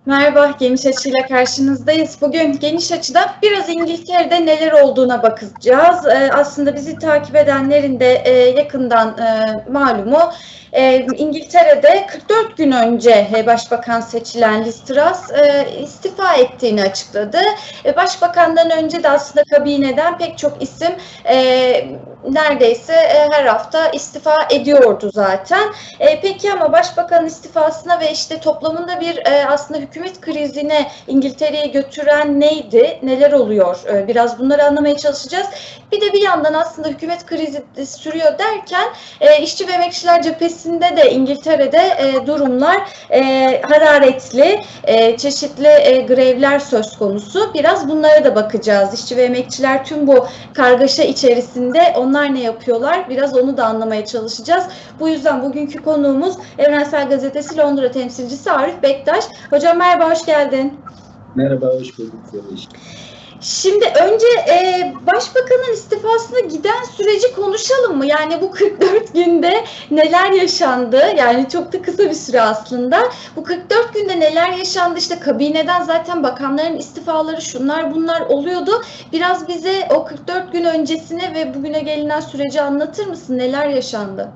Merhaba, Geniş Açı'yla karşınızdayız. Bugün Geniş Açı'da biraz İngiltere'de neler olduğuna bakacağız. Aslında bizi takip edenlerin de yakından malumu. İngiltere'de 44 gün önce Başbakan seçilen Liz Truss istifa ettiğini açıkladı. Başbakandan önce de aslında kabineden pek çok isim neredeyse her hafta istifa ediyordu zaten. Peki ama Başbakanın istifasına ve işte toplamında bir aslında hükümet krizine İngiltere'yi götüren neydi? Neler oluyor? Biraz bunları anlamaya çalışacağız. Bir de bir yandan aslında hükümet krizi sürüyor derken işçi ve emekçiler cephesinde de İngiltere'de durumlar hararetli, çeşitli grevler söz konusu. Biraz bunlara da bakacağız. İşçi ve emekçiler tüm bu kargaşa içerisinde onlar ne yapıyorlar? Biraz onu da anlamaya çalışacağız. Bu yüzden bugünkü konuğumuz Evrensel Gazetesi Londra temsilcisi Arif Bektaş. Hocam merhaba, hoş geldin. Merhaba, hoş bulduk. Şimdi önce Başbakanın istifasına giden süreci konuşalım mı? Yani bu 44 günde neler yaşandı? Yani çok da kısa bir süre aslında. Bu 44 günde neler yaşandı? İşte kabineden zaten bakanların istifaları şunlar bunlar oluyordu. Biraz bize o 44 gün öncesine ve bugüne gelinen süreci anlatır mısın? Neler yaşandı?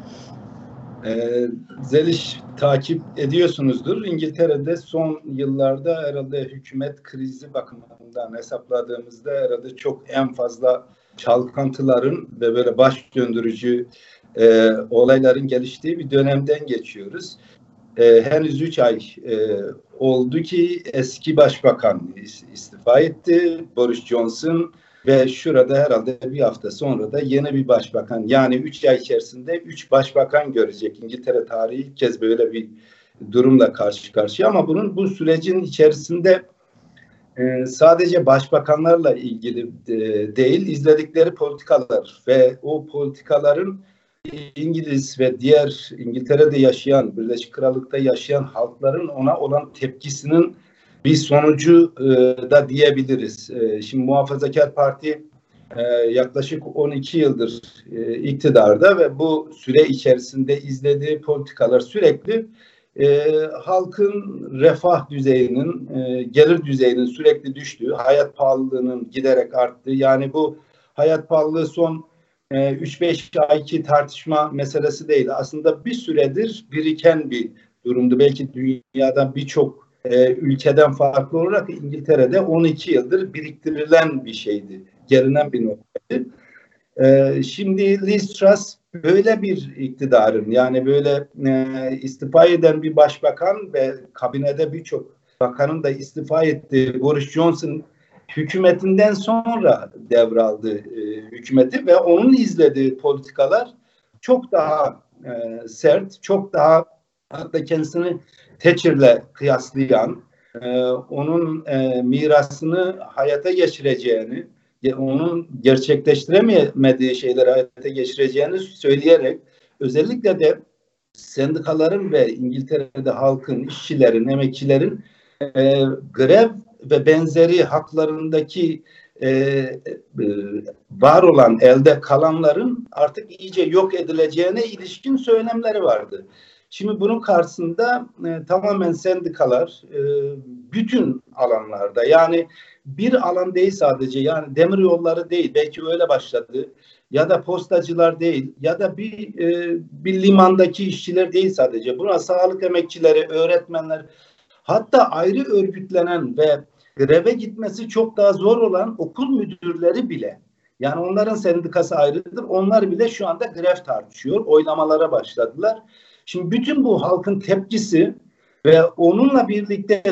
Zeliş, takip ediyorsunuzdur. İngiltere'de son yıllarda herhalde hükümet krizi bakımından hesapladığımızda herhalde çok en fazla çalkantıların ve böyle baş döndürücü olayların geliştiği bir dönemden geçiyoruz. Henüz 3 ay oldu ki eski başbakan istifa etti, Boris Johnson. Ve şurada herhalde bir hafta sonra da yeni bir başbakan, yani 3 ay içerisinde 3 başbakan görecek. İngiltere tarihi ilk kez böyle bir durumla karşı karşıya, ama bu sürecin içerisinde sadece başbakanlarla ilgili değil, izledikleri politikalar ve o politikaların İngiliz ve diğer İngiltere'de yaşayan, Birleşik Krallık'ta yaşayan halkların ona olan tepkisinin bir sonucu da diyebiliriz. Şimdi Muhafazakar Parti yaklaşık 12 yıldır iktidarda ve bu süre içerisinde izlediği politikalar sürekli halkın refah düzeyinin, gelir düzeyinin sürekli düştüğü, hayat pahalılığının giderek arttığı, yani bu hayat pahalılığı son 3-5 ayki tartışma meselesi değil. Aslında bir süredir biriken bir durumdu. Belki dünyada birçok ülkeden farklı olarak İngiltere'de 12 yıldır biriktirilen bir şeydi. Gelinen bir noktaydı. Şimdi Liz Truss böyle bir iktidarın, yani böyle istifa eden bir başbakan ve kabinede birçok bakanın da istifa ettiği Boris Johnson hükümetinden sonra devraldı hükümeti ve onun izlediği politikalar çok daha sert, çok daha hatta kendisini Thatcher'le kıyaslayan, onun mirasını hayata geçireceğini, onun gerçekleştiremediği şeyleri hayata geçireceğini söyleyerek, özellikle de sendikaların ve İngiltere'de halkın, işçilerin, emekçilerin grev ve benzeri haklarındaki var olan, elde kalanların artık iyice yok edileceğine ilişkin söylemleri vardı. Şimdi bunun karşısında tamamen sendikalar bütün alanlarda, yani bir alan değil sadece, yani demir yolları değil, belki öyle başladı, ya da postacılar değil, ya da bir limandaki işçiler değil sadece. Buna sağlık emekçileri, öğretmenler, hatta ayrı örgütlenen ve greve gitmesi çok daha zor olan okul müdürleri bile, yani onların sendikası ayrıdır, onlar bile şu anda grev tartışıyor, oylamalara başladılar. Şimdi bütün bu halkın tepkisi ve onunla birlikte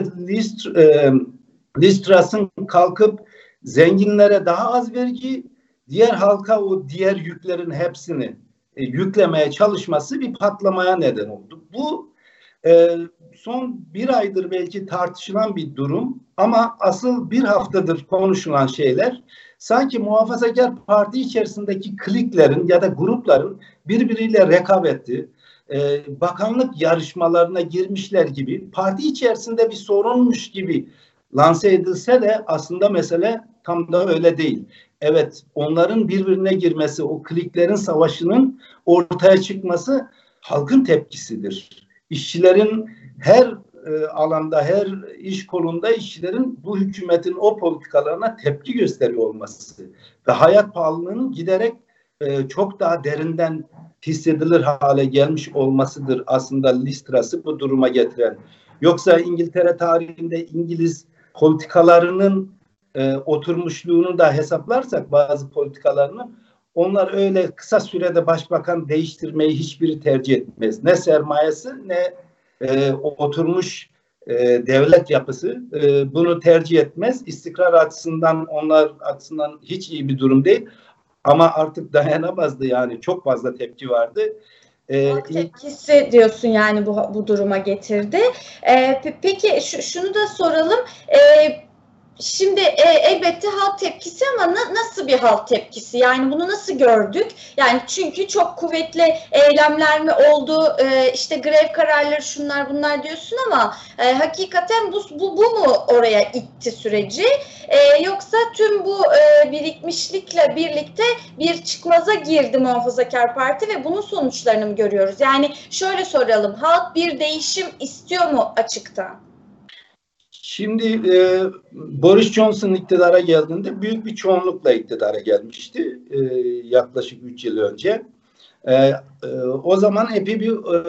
Liz Truss'ın kalkıp zenginlere daha az vergi, diğer halka o diğer yüklerin hepsini yüklemeye çalışması bir patlamaya neden oldu. Bu son bir aydır belki tartışılan bir durum, ama asıl bir haftadır konuşulan şeyler sanki Muhafazakar Parti içerisindeki kliklerin ya da grupların birbiriyle rekabeti, bakanlık yarışmalarına girmişler gibi, parti içerisinde bir sorunmuş gibi lanse edilse de aslında mesele tam da öyle değil. Evet, onların birbirine girmesi, o kliklerin savaşının ortaya çıkması halkın tepkisidir. İşçilerin her alanda, her iş kolunda işçilerin bu hükümetin o politikalarına tepki gösteriyor olması ve hayat pahalılığının giderek çok daha derinden hissedilir hale gelmiş olmasıdır aslında Liz Truss'ı bu duruma getiren. Yoksa İngiltere tarihinde İngiliz politikalarının oturmuşluğunu da hesaplarsak, bazı politikalarını, onlar öyle kısa sürede başbakan değiştirmeyi hiçbiri tercih etmez. Ne sermayesi ne oturmuş devlet yapısı bunu tercih etmez. İstikrar açısından, onlar açısından hiç iyi bir durum değil. Ama artık dayanamazdı, yani çok fazla tepki vardı. Halk tepkisi diyorsun, yani bu duruma getirdi. Peki şunu da soralım. Şimdi elbette halk tepkisi, ama nasıl bir halk tepkisi? Yani bunu nasıl gördük? Yani çünkü çok kuvvetli eylemler mi oldu? İşte grev kararları, şunlar bunlar diyorsun, ama hakikaten bu mu oraya itti süreci? Yoksa tüm bu birikmişlikle birlikte bir çıkmaza girdi Muhafazakar Parti ve bunun sonuçlarını mı görüyoruz? Yani şöyle soralım, halk bir değişim istiyor mu açıkta? Şimdi Boris Johnson iktidara geldiğinde büyük bir çoğunlukla iktidara gelmişti, yaklaşık 3 yıl önce. O zaman epey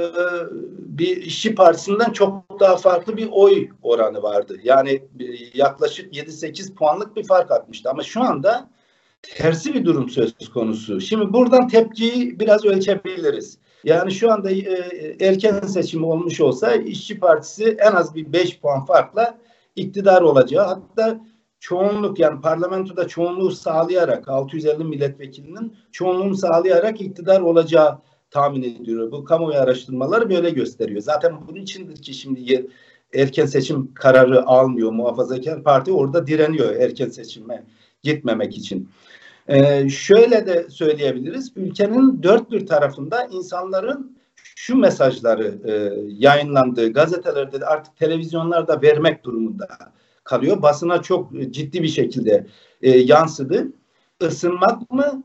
bir işçi partisinden çok daha farklı bir oy oranı vardı. Yani yaklaşık 7-8 puanlık bir fark atmıştı. Ama şu anda tersi bir durum söz konusu. Şimdi buradan tepkiyi biraz ölçebiliriz. Yani şu anda erken seçim olmuş olsa İşçi Partisi en az bir 5 puan farkla iktidar olacağı, hatta çoğunluk, yani parlamentoda çoğunluğu sağlayarak, 650 milletvekilinin çoğunluğunu sağlayarak iktidar olacağı tahmin ediliyor. Bu kamuoyu araştırmaları böyle gösteriyor. Zaten bunun içindir ki şimdi erken seçim kararı almıyor Muhafazakar Parti, orada direniyor erken seçime gitmemek için. Şöyle de söyleyebiliriz. Ülkenin dört bir tarafında insanların şu mesajları yayınlandığı, gazetelerde, artık televizyonlarda vermek durumunda kalıyor. Basına çok ciddi bir şekilde yansıdı. Isınmak mı,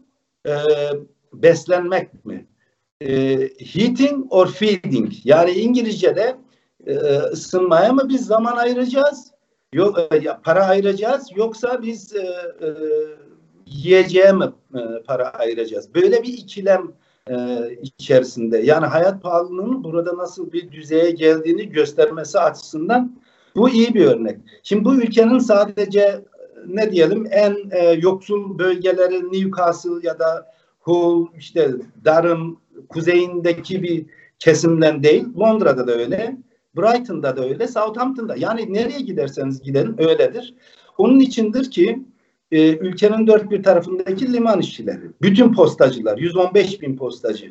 beslenmek mi? Heating or feeding. Yani İngilizce'de ısınmaya mı biz zaman ayıracağız? Yok, para ayıracağız, yoksa biz yiyeceğe mi para ayıracağız? Böyle bir ikilem içerisinde. Yani hayat pahalılığının burada nasıl bir düzeye geldiğini göstermesi açısından bu iyi bir örnek. Şimdi bu ülkenin sadece ne diyelim en yoksul bölgeleri, Newcastle ya da Hull, işte Durham kuzeyindeki bir kesimden değil. Londra'da da öyle, Brighton'da da öyle, Southampton'da. Yani nereye giderseniz gidin öyledir. Onun içindir ki ülkenin dört bir tarafındaki liman işçileri, bütün postacılar, 115 bin postacı,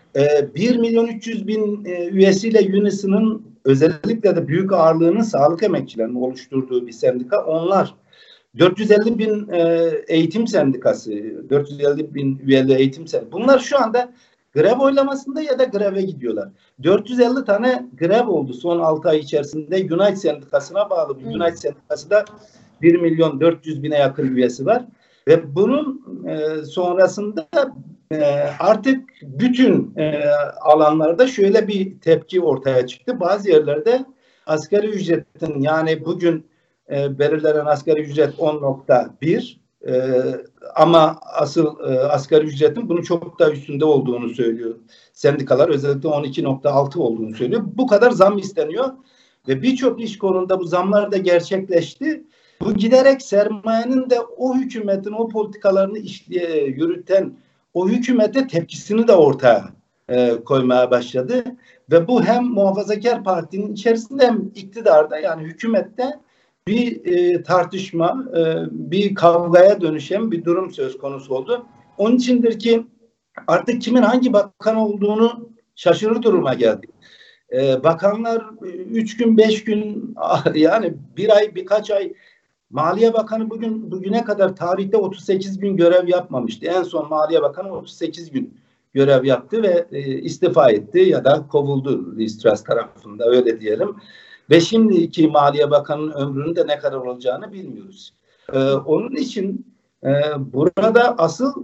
1.300.000 üyesiyle Unison'un özellikle de büyük ağırlığının sağlık emekçilerinin oluşturduğu bir sendika, onlar 450 bin eğitim sendikası, 450 bin üyeli eğitim sendikası. Bunlar şu anda grev oylamasında ya da greve gidiyorlar. 450 tane grev oldu son 6 ay içerisinde. Unite Sendikası'na bağlı. Unite Sendikası da 1.400.000'e yakın üyesi var. Ve bunun sonrasında artık bütün alanlarda şöyle bir tepki ortaya çıktı. Bazı yerlerde asgari ücretin, yani bugün belirlenen asgari ücret 10.1 ama asıl asgari ücretin bunun çok daha üstünde olduğunu söylüyor. Sendikalar özellikle 12.6 olduğunu söylüyor. Bu kadar zam isteniyor ve birçok iş konusunda bu zamlar da gerçekleşti. Bu giderek sermayenin de o hükümetin o politikalarını yürüten o hükümete tepkisini de ortaya koymaya başladı. Ve bu hem Muhafazakar Parti'nin içerisinde hem iktidarda, yani hükümette bir tartışma, bir kavgaya dönüşen bir durum söz konusu oldu. Onun içindir ki artık kimin hangi bakan olduğunu şaşırır duruma geldi. Bakanlar 3 gün, 5 gün, yani bir ay, birkaç ay. Maliye Bakanı bugüne kadar tarihte 38 gün görev yapmamıştı. En son Maliye Bakanı 38 gün görev yaptı ve istifa etti ya da kovuldu Liz Truss tarafında, öyle diyelim. Ve şimdiki Maliye Bakanı'nın ömrünün de ne kadar olacağını bilmiyoruz. Onun için Burada asıl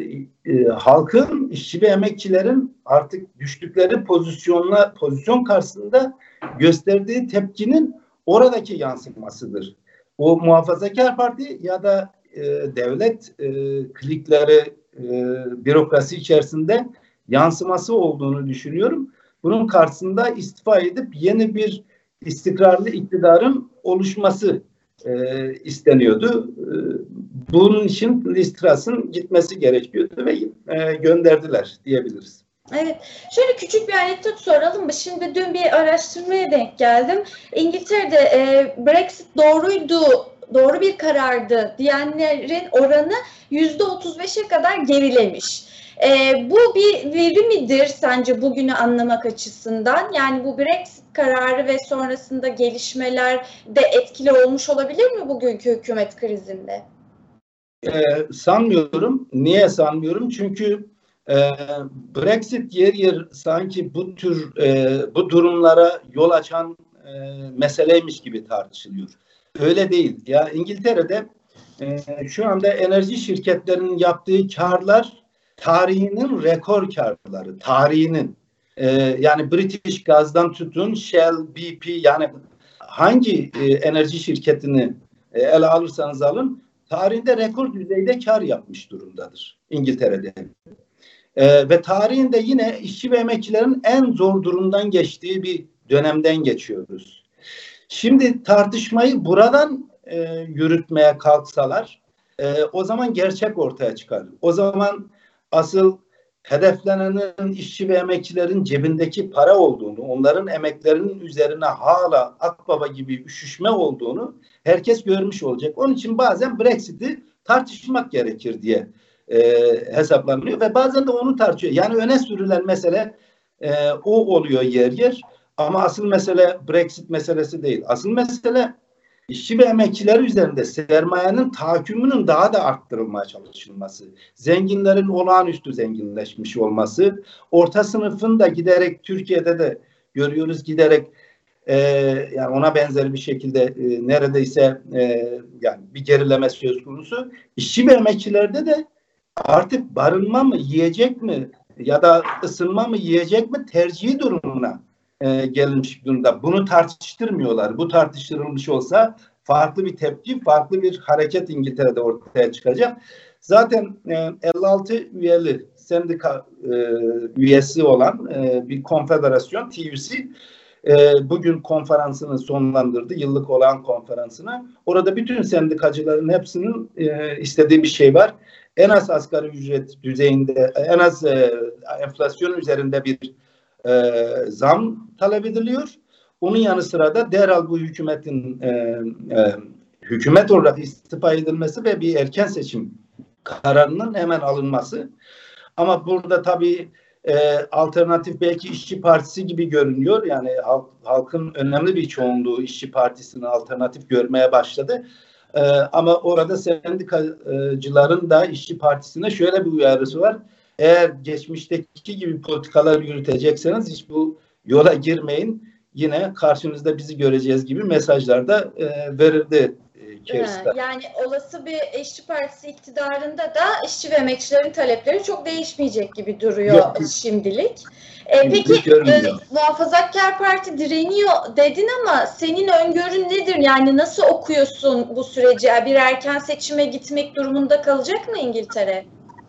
halkın, işçi ve emekçilerin artık düştükleri pozisyon karşısında gösterdiği tepkinin oradaki yansımasıdır. O muhafazakar parti ya da devlet klikleri bürokrasi içerisinde yansıması olduğunu düşünüyorum. Bunun karşısında istifa edip yeni bir istikrarlı iktidarın oluşması isteniyordu. Bunun için Liz Truss'ın gitmesi gerekiyordu ve gönderdiler diyebiliriz. Evet, şöyle küçük bir anekdot soralım mı? Şimdi dün bir araştırmaya denk geldim. İngiltere'de Brexit doğru bir karardı diyenlerin oranı %35'e kadar gerilemiş. Bu bir veri midir sence bugünü anlamak açısından? Yani bu Brexit kararı ve sonrasında gelişmeler de etkili olmuş olabilir mi bugünkü hükümet krizinde? Sanmıyorum. Niye sanmıyorum? Çünkü Brexit yer yer sanki bu durumlara yol açan meseleymiş gibi tartışılıyor. Öyle değil. Ya İngiltere'de şu anda enerji şirketlerinin yaptığı karlar tarihinin rekor karları. Tarihinin. Yani British Gaz'dan tutun Shell, BP, yani hangi enerji şirketini ele alırsanız alın, tarihinde rekor düzeyde kar yapmış durumdadır İngiltere'de. Ve tarihinde yine işçi ve emekçilerin en zor durumdan geçtiği bir dönemden geçiyoruz. Şimdi tartışmayı buradan yürütmeye kalksalar o zaman gerçek ortaya çıkar. O zaman asıl hedeflenenin işçi ve emekçilerin cebindeki para olduğunu, onların emeklerinin üzerine hala akbaba gibi üşüşme olduğunu herkes görmüş olacak. Onun için bazen Brexit'i tartışmak gerekir diye hesaplanıyor ve bazen de onu tartışıyor. Yani öne sürülen mesele o oluyor yer yer. Ama asıl mesele Brexit meselesi değil. Asıl mesele işçi ve emekçiler üzerinde sermayenin tahakkümünün daha da arttırılmaya çalışılması. Zenginlerin olağanüstü zenginleşmiş olması. Orta sınıfın da giderek, Türkiye'de de görüyoruz, giderek yani ona benzer bir şekilde neredeyse yani bir gerileme söz konusu. İşçi ve emekçilerde de artık barınma mı, yiyecek mi ya da ısınma mı, yiyecek mi tercihi durumuna gelinmiş durumda. Bunu tartıştırmıyorlar. Bu tartıştırılmış olsa farklı bir tepki, farklı bir hareket İngiltere'de ortaya çıkacak. Zaten 56 üyeli sendika üyesi olan bir konfederasyon TUC bugün konferansını sonlandırdı. Yıllık olan konferansını. Orada bütün sendikacıların hepsinin istediği bir şey var. En az asgari ücret düzeyinde, en az enflasyon üzerinde bir zam talep ediliyor. Onun yanı sıra da derhal bu hükümetin hükümet olarak istifa edilmesi ve bir erken seçim kararının hemen alınması. Ama burada tabii alternatif belki İşçi Partisi gibi görünüyor. Yani halkın önemli bir çoğunluğu İşçi Partisi'ni alternatif görmeye başladı. Ama orada sendikacıların da İşçi Partisi'ne şöyle bir uyarısı var. Eğer geçmişteki gibi politikalar yürütecekseniz hiç bu yola girmeyin. Yine karşınızda bizi göreceğiz gibi mesajlar da verildi. Yani olası bir İşçi Partisi iktidarında da işçi ve emekçilerin talepleri çok değişmeyecek gibi duruyor şimdilik. Peki Muhafazakar Parti direniyor dedin ama senin öngörün nedir? Yani nasıl okuyorsun bu süreci? Bir erken seçime gitmek durumunda kalacak mı İngiltere?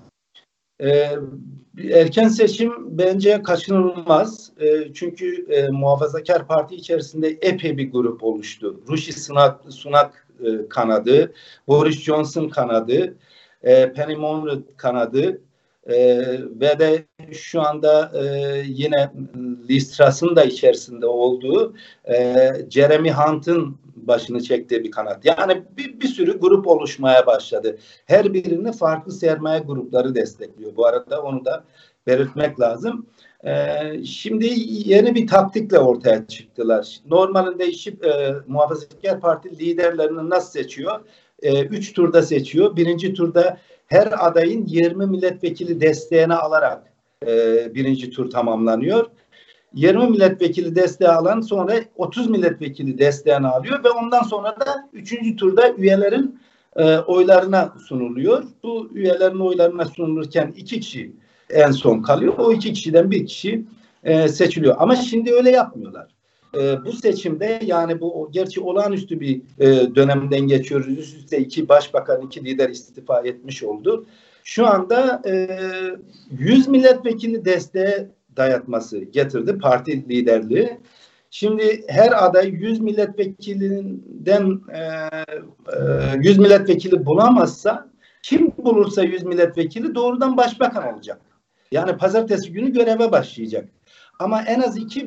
Erken seçim bence kaçınılmaz. Çünkü Muhafazakar Parti içerisinde epey bir grup oluştu. Rishi Sunak kanadı, Boris Johnson kanadı, Penny Mordaunt kanadı ve de şu anda yine Liz Truss'ın da içerisinde olduğu Jeremy Hunt'ın başını çektiği bir kanat. Yani bir sürü grup oluşmaya başladı. Her birini farklı sermaye grupları destekliyor. Bu arada onu da belirtmek lazım. Şimdi yeni bir taktikle ortaya çıktılar. Normalinde Muhafazakar Parti liderlerini nasıl seçiyor? 3 turda seçiyor. Birinci turda her adayın 20 milletvekili desteğini alarak birinci tur tamamlanıyor. 20 milletvekili desteği alan sonra 30 milletvekili desteğini alıyor ve ondan sonra da 3. turda üyelerin oylarına sunuluyor. Bu üyelerin oylarına sunulurken 2 kişi en son kalıyor. O 2 kişiden bir kişi seçiliyor. Ama şimdi öyle yapmıyorlar. Bu seçimde, yani bu gerçi olağanüstü bir dönemden geçiyoruz. Üst üste 2 başbakan, 2 lider istifa etmiş oldu. Şu anda 100 milletvekili desteğe dayatması getirdi parti liderliği. Şimdi her aday 100 milletvekilinden 100 milletvekili bulamazsa, kim bulursa 100 milletvekili doğrudan başbakan olacak. Yani pazartesi günü göreve başlayacak. Ama en az 2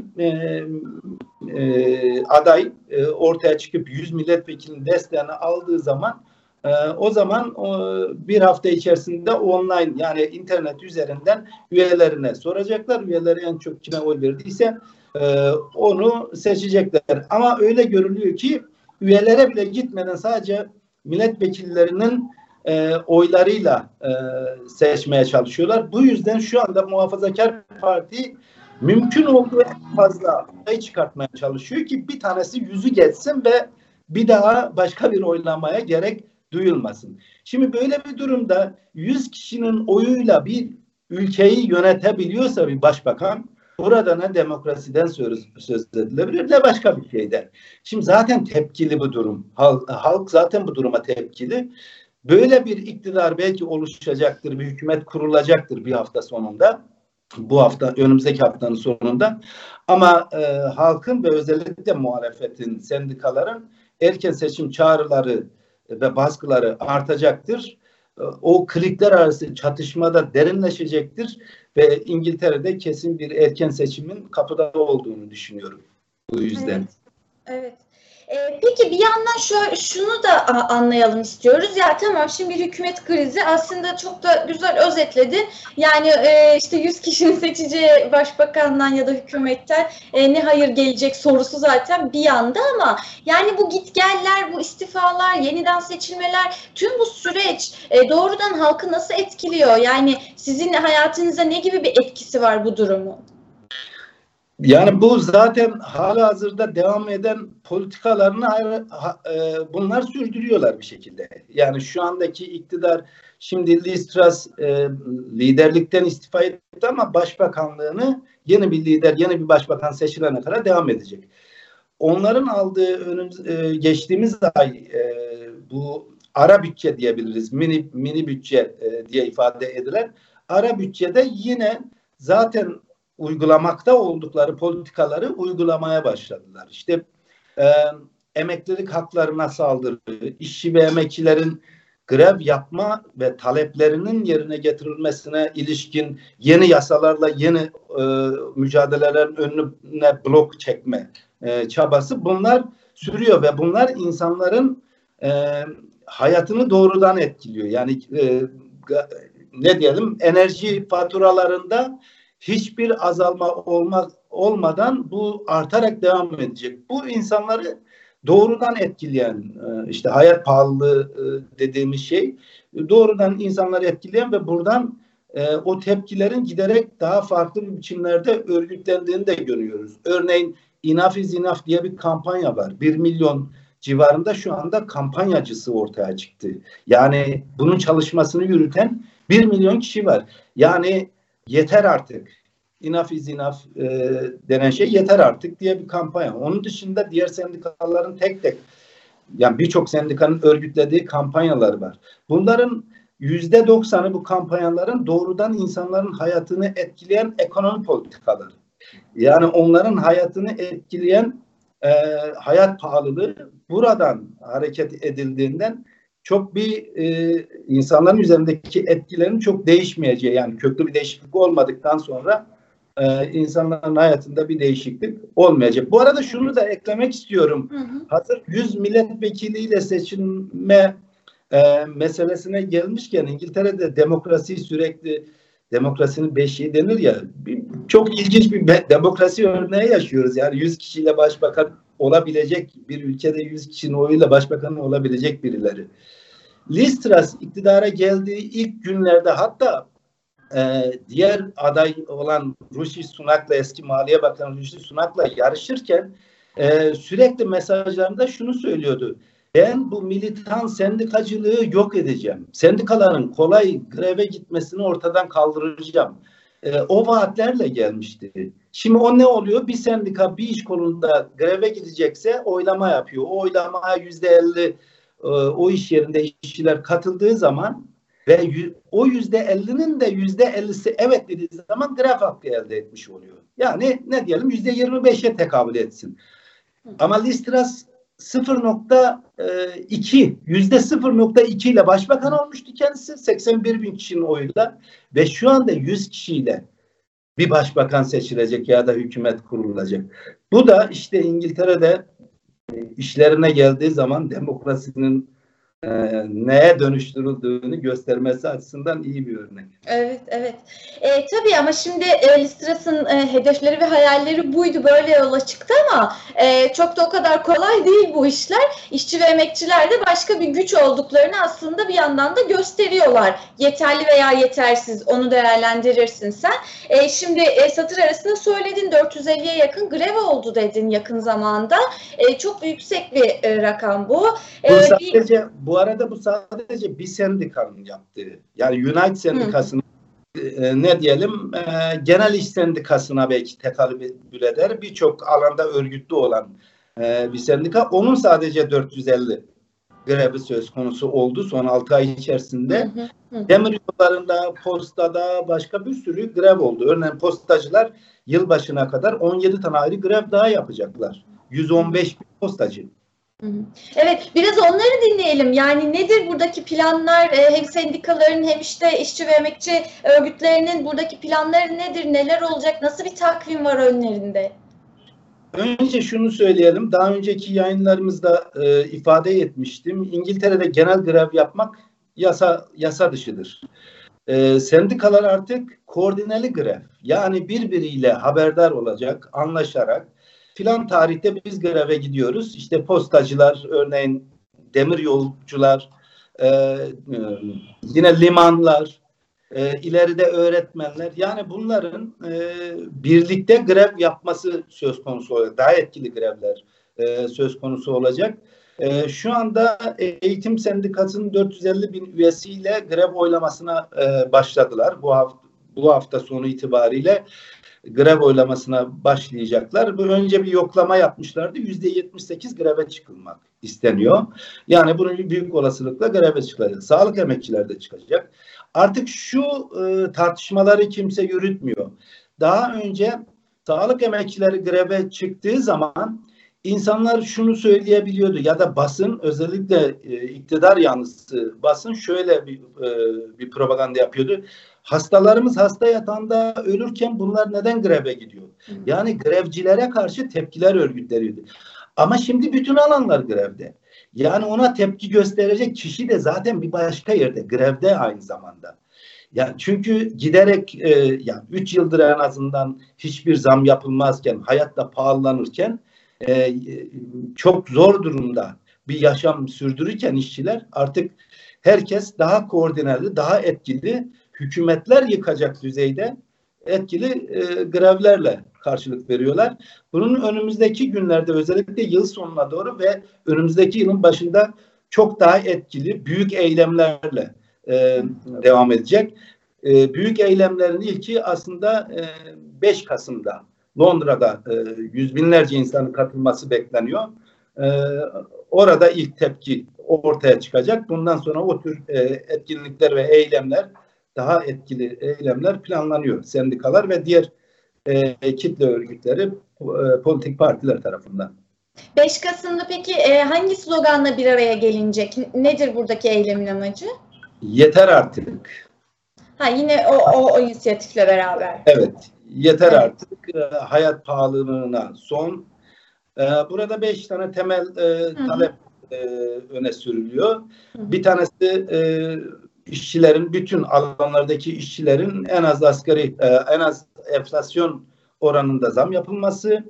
aday ortaya çıkıp 100 milletvekilinin desteğini aldığı zaman o zaman bir hafta içerisinde online, yani internet üzerinden üyelerine soracaklar. Üyeleri en çok kime oy verdiyse onu seçecekler. Ama öyle görülüyor ki üyelere bile gitmeden sadece milletvekillerinin oylarıyla seçmeye çalışıyorlar. Bu yüzden şu anda Muhafazakar Parti mümkün olduğu en fazla aday çıkartmaya çalışıyor ki bir tanesi yüzü geçsin ve bir daha başka bir oylamaya gerek duyulmasın. Şimdi böyle bir durumda 100 kişinin oyuyla bir ülkeyi yönetebiliyorsa bir başbakan, burada ne demokrasiden söz edilebilir ne başka bir şeyden. Şimdi zaten tepkili bu durum. Halk zaten bu duruma tepkili. Böyle bir iktidar belki oluşacaktır, bir hükümet kurulacaktır bir hafta sonunda. Bu hafta, önümüzdeki haftanın sonunda. Ama halkın ve özellikle muhalefetin, sendikaların erken seçim çağrıları ve baskıları artacaktır. O klikler arası çatışmada derinleşecektir ve İngiltere'de kesin bir erken seçimin kapıda olduğunu düşünüyorum bu yüzden. Evet. Evet. Peki bir yandan şunu da anlayalım istiyoruz. Ya tamam, şimdi hükümet krizi aslında çok da güzel özetledin. Yani işte 100 kişinin seçeceği başbakandan ya da hükümetten ne hayır gelecek sorusu zaten bir yanda, ama yani bu gitgeller, bu istifalar, yeniden seçilmeler, tüm bu süreç doğrudan halkı nasıl etkiliyor? Yani sizin hayatınıza ne gibi bir etkisi var bu durumun? Yani bu zaten halihazırda devam eden politikalarını bunlar sürdürüyorlar bir şekilde. Yani şu andaki iktidar, şimdi Liz Truss liderlikten istifa etti ama başbakanlığını yeni bir lider, yeni bir başbakan seçilene kadar devam edecek. Onların aldığı geçtiğimiz ay bu ara bütçe diyebiliriz, mini bütçe diye ifade edilen ara bütçede yine zaten uygulamakta oldukları politikaları uygulamaya başladılar. İşte emeklilik haklarına saldırı, işçi ve emekçilerin grev yapma ve taleplerinin yerine getirilmesine ilişkin yeni yasalarla yeni mücadelelerin önüne blok çekme çabası, bunlar sürüyor ve bunlar insanların hayatını doğrudan etkiliyor. Yani ne diyelim, enerji faturalarında hiçbir azalma olmadan bu artarak devam edecek. Bu insanları doğrudan etkileyen, işte hayat pahalılığı dediğimiz şey doğrudan insanları etkileyen ve buradan o tepkilerin giderek daha farklı biçimlerde örgütlendiğini de görüyoruz. Örneğin Enough is Enough diye bir kampanya var. 1 milyon civarında şu anda kampanyacısı ortaya çıktı. Yani bunun çalışmasını yürüten 1 milyon kişi var. Yani yeter artık. Enough is enough denen şey yeter artık diye bir kampanya. Onun dışında diğer sendikaların tek tek, yani birçok sendikanın örgütlediği kampanyalar var. Bunların %90'ı, bu kampanyaların doğrudan insanların hayatını etkileyen ekonomi politikaları. Yani onların hayatını etkileyen hayat pahalılığı buradan hareket edildiğinden çok bir insanların üzerindeki etkilerin çok değişmeyeceği, yani köklü bir değişiklik olmadıktan sonra insanların hayatında bir değişiklik olmayacak. Bu arada şunu da eklemek istiyorum. Hazır 100 milletvekiliyle seçilme meselesine gelmişken, İngiltere'de demokrasinin beşiği denir ya, çok ilginç bir demokrasi örneği yaşıyoruz. Yani 100 kişiyle başbakan olabilecek bir ülkede, 100 kişinin oyuyla başbakan olabilecek birileri. Liz Truss iktidara geldiği ilk günlerde, hatta diğer aday olan Rishi Sunak'la, eski Maliye Bakanı Rishi Sunak'la yarışırken sürekli mesajlarında şunu söylüyordu: Ben bu militan sendikacılığı yok edeceğim. Sendikaların kolay greve gitmesini ortadan kaldıracağım. O vaatlerle gelmişti. Şimdi o ne oluyor? Bir sendika bir iş kolunda greve gidecekse oylama yapıyor. O oylamaya %50 o iş yerinde işçiler katıldığı zaman ve o %50'nin de %50'si evet dediği zaman grev hakkı elde etmiş oluyor. Yani ne diyelim %25'e tekabül etsin. Ama Listras 0.2 %0.2 ile başbakan olmuştu kendisi 81 bin kişinin oyuyla ve şu anda 100 kişiyle bir başbakan seçilecek ya da hükümet kurulacak. Bu da işte İngiltere'de işlerine geldiği zaman demokrasinin neye dönüştürüldüğünü göstermesi açısından iyi bir örnek. Evet, evet. Tabii ama şimdi Listras'ın hedefleri ve hayalleri buydu, böyle yola çıktı ama çok da o kadar kolay değil bu işler. İşçi ve emekçiler de başka bir güç olduklarını aslında bir yandan da gösteriyorlar. Yeterli veya yetersiz, onu değerlendirirsin sen. Şimdi satır arasında söyledin, 450'ye yakın grev oldu dedin yakın zamanda. Çok yüksek bir rakam bu. Bu arada bu sadece bir sendikanın yaptığı. Yani Unite Sendikası'nın ne diyelim genel iş sendikasına belki tekabül eder. Birçok alanda örgütlü olan bir sendika. Onun sadece 450 grevi söz konusu oldu son 6 ay içerisinde. Demir yollarında, postada başka bir sürü grev oldu. Örneğin postacılar yılbaşına kadar 17 tane ayrı grev daha yapacaklar. 115 bin postacı. Evet, biraz onları dinleyelim. Yani nedir buradaki planlar? Hem sendikaların hem işte işçi ve emekçi örgütlerinin buradaki planları nedir? Neler olacak? Nasıl bir takvim var önlerinde? Önce şunu söyleyelim. Daha önceki yayınlarımızda ifade etmiştim. İngiltere'de genel grev yapmak yasa dışıdır. Sendikalar artık koordineli grev. Yani birbiriyle haberdar olacak, anlaşarak filan tarihte biz greve gidiyoruz. İşte postacılar, örneğin demir yolcular, yine limanlar, ileride öğretmenler. Yani bunların birlikte grev yapması söz konusu olacak. Daha etkili grevler söz konusu olacak. Şu anda Eğitim Sendikası'nın 450 bin üyesiyle grev oylamasına başladılar. Bu hafta sonu itibariyle grev oylamasına başlayacaklar. Önce bir yoklama yapmışlardı. %78 greve çıkılmak isteniyor. Yani bunun büyük olasılıkla greve çıkacak. Sağlık emekçileri de çıkacak. Artık şu tartışmaları kimse yürütmüyor. Daha önce sağlık emekçileri greve çıktığı zaman insanlar şunu söyleyebiliyordu ya da basın, özellikle iktidar yanlısı basın şöyle bir propaganda yapıyordu. Hastalarımız hasta yatağında ölürken bunlar neden greve gidiyor? Yani grevcilere karşı tepkiler örgütleniyordu. Ama şimdi bütün alanlar grevde. Yani ona tepki gösterecek kişi de zaten bir başka yerde, grevde aynı zamanda. Yani çünkü giderek yani 3 yıldır en azından hiçbir zam yapılmazken, hayat da pahalanırken çok zor durumda bir yaşam sürdürürken işçiler artık herkes daha koordineli, daha etkili, hükümetler yıkacak düzeyde etkili grevlerle karşılık veriyorlar. Bunun önümüzdeki günlerde özellikle yıl sonuna doğru ve önümüzdeki yılın başında çok daha etkili büyük eylemlerle devam edecek. Büyük eylemlerin ilki aslında 5 Kasım'da Londra'da yüz binlerce insanın katılması bekleniyor. Orada ilk tepki ortaya çıkacak. Bundan sonra o tür etkinlikler ve eylemler, daha etkili eylemler planlanıyor. Sendikalar ve diğer kitle örgütleri, politik partiler tarafından. 5 Kasım'da peki hangi sloganla bir araya gelinecek? Nedir buradaki eylemin amacı? Yeter artık. Yine o inisiyatifle beraber. Evet, yeter artık. Hayat pahalılığına son. Burada 5 tane temel talep öne sürülüyor. Bir tanesi işçilerin, bütün alanlardaki işçilerin en az enflasyon oranında zam yapılması,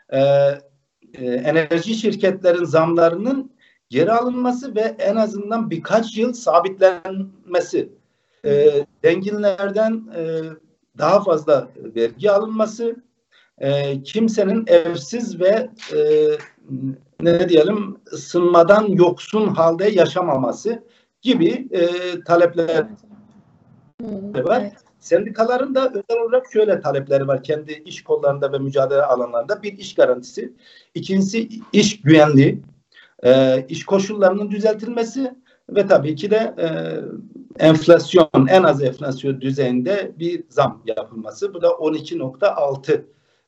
enerji şirketlerin zamlarının geri alınması ve en azından birkaç yıl sabitlenmesi, zenginlerden daha fazla vergi alınması, kimsenin evsiz ve ne diyelim ısınmadan yoksun halde yaşamaması gibi talepler var. Evet. Sendikaların da özel olarak şöyle talepleri var kendi iş kollarında ve mücadele alanlarında. Bir, iş garantisi. İkincisi, iş güvenliği. İş koşullarının düzeltilmesi ve tabii ki de enflasyon, en az enflasyon düzeyinde bir zam yapılması. Bu da 12.6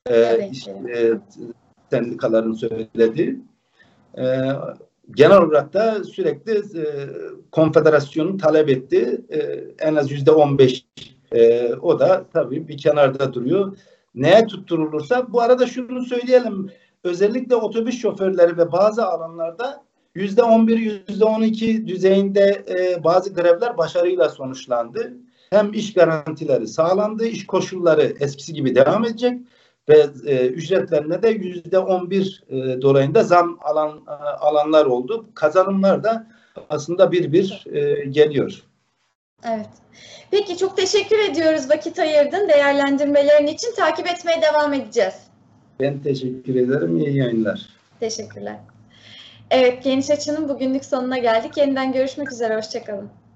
sendikaların söylediği. Genel olarak da sürekli konfederasyonun talep ettiği en az %15 o da tabii bir kenarda duruyor. Neye tutturulursa, bu arada şunu söyleyelim, özellikle otobüs şoförleri ve bazı alanlarda %11, %12 düzeyinde bazı grevler başarıyla sonuçlandı. Hem iş garantileri sağlandı, iş koşulları eskisi gibi devam edecek ve ücretlerine de %11 dolayında zam alanlar oldu. Kazanımlar da aslında bir geliyor. Evet. Peki, çok teşekkür ediyoruz vakit ayırdın değerlendirmelerin için. Takip etmeye devam edeceğiz. Ben teşekkür ederim. İyi yayınlar. Teşekkürler. Evet, Geniş Açı'nın bugünlük sonuna geldik. Yeniden görüşmek üzere. Hoşça kalın.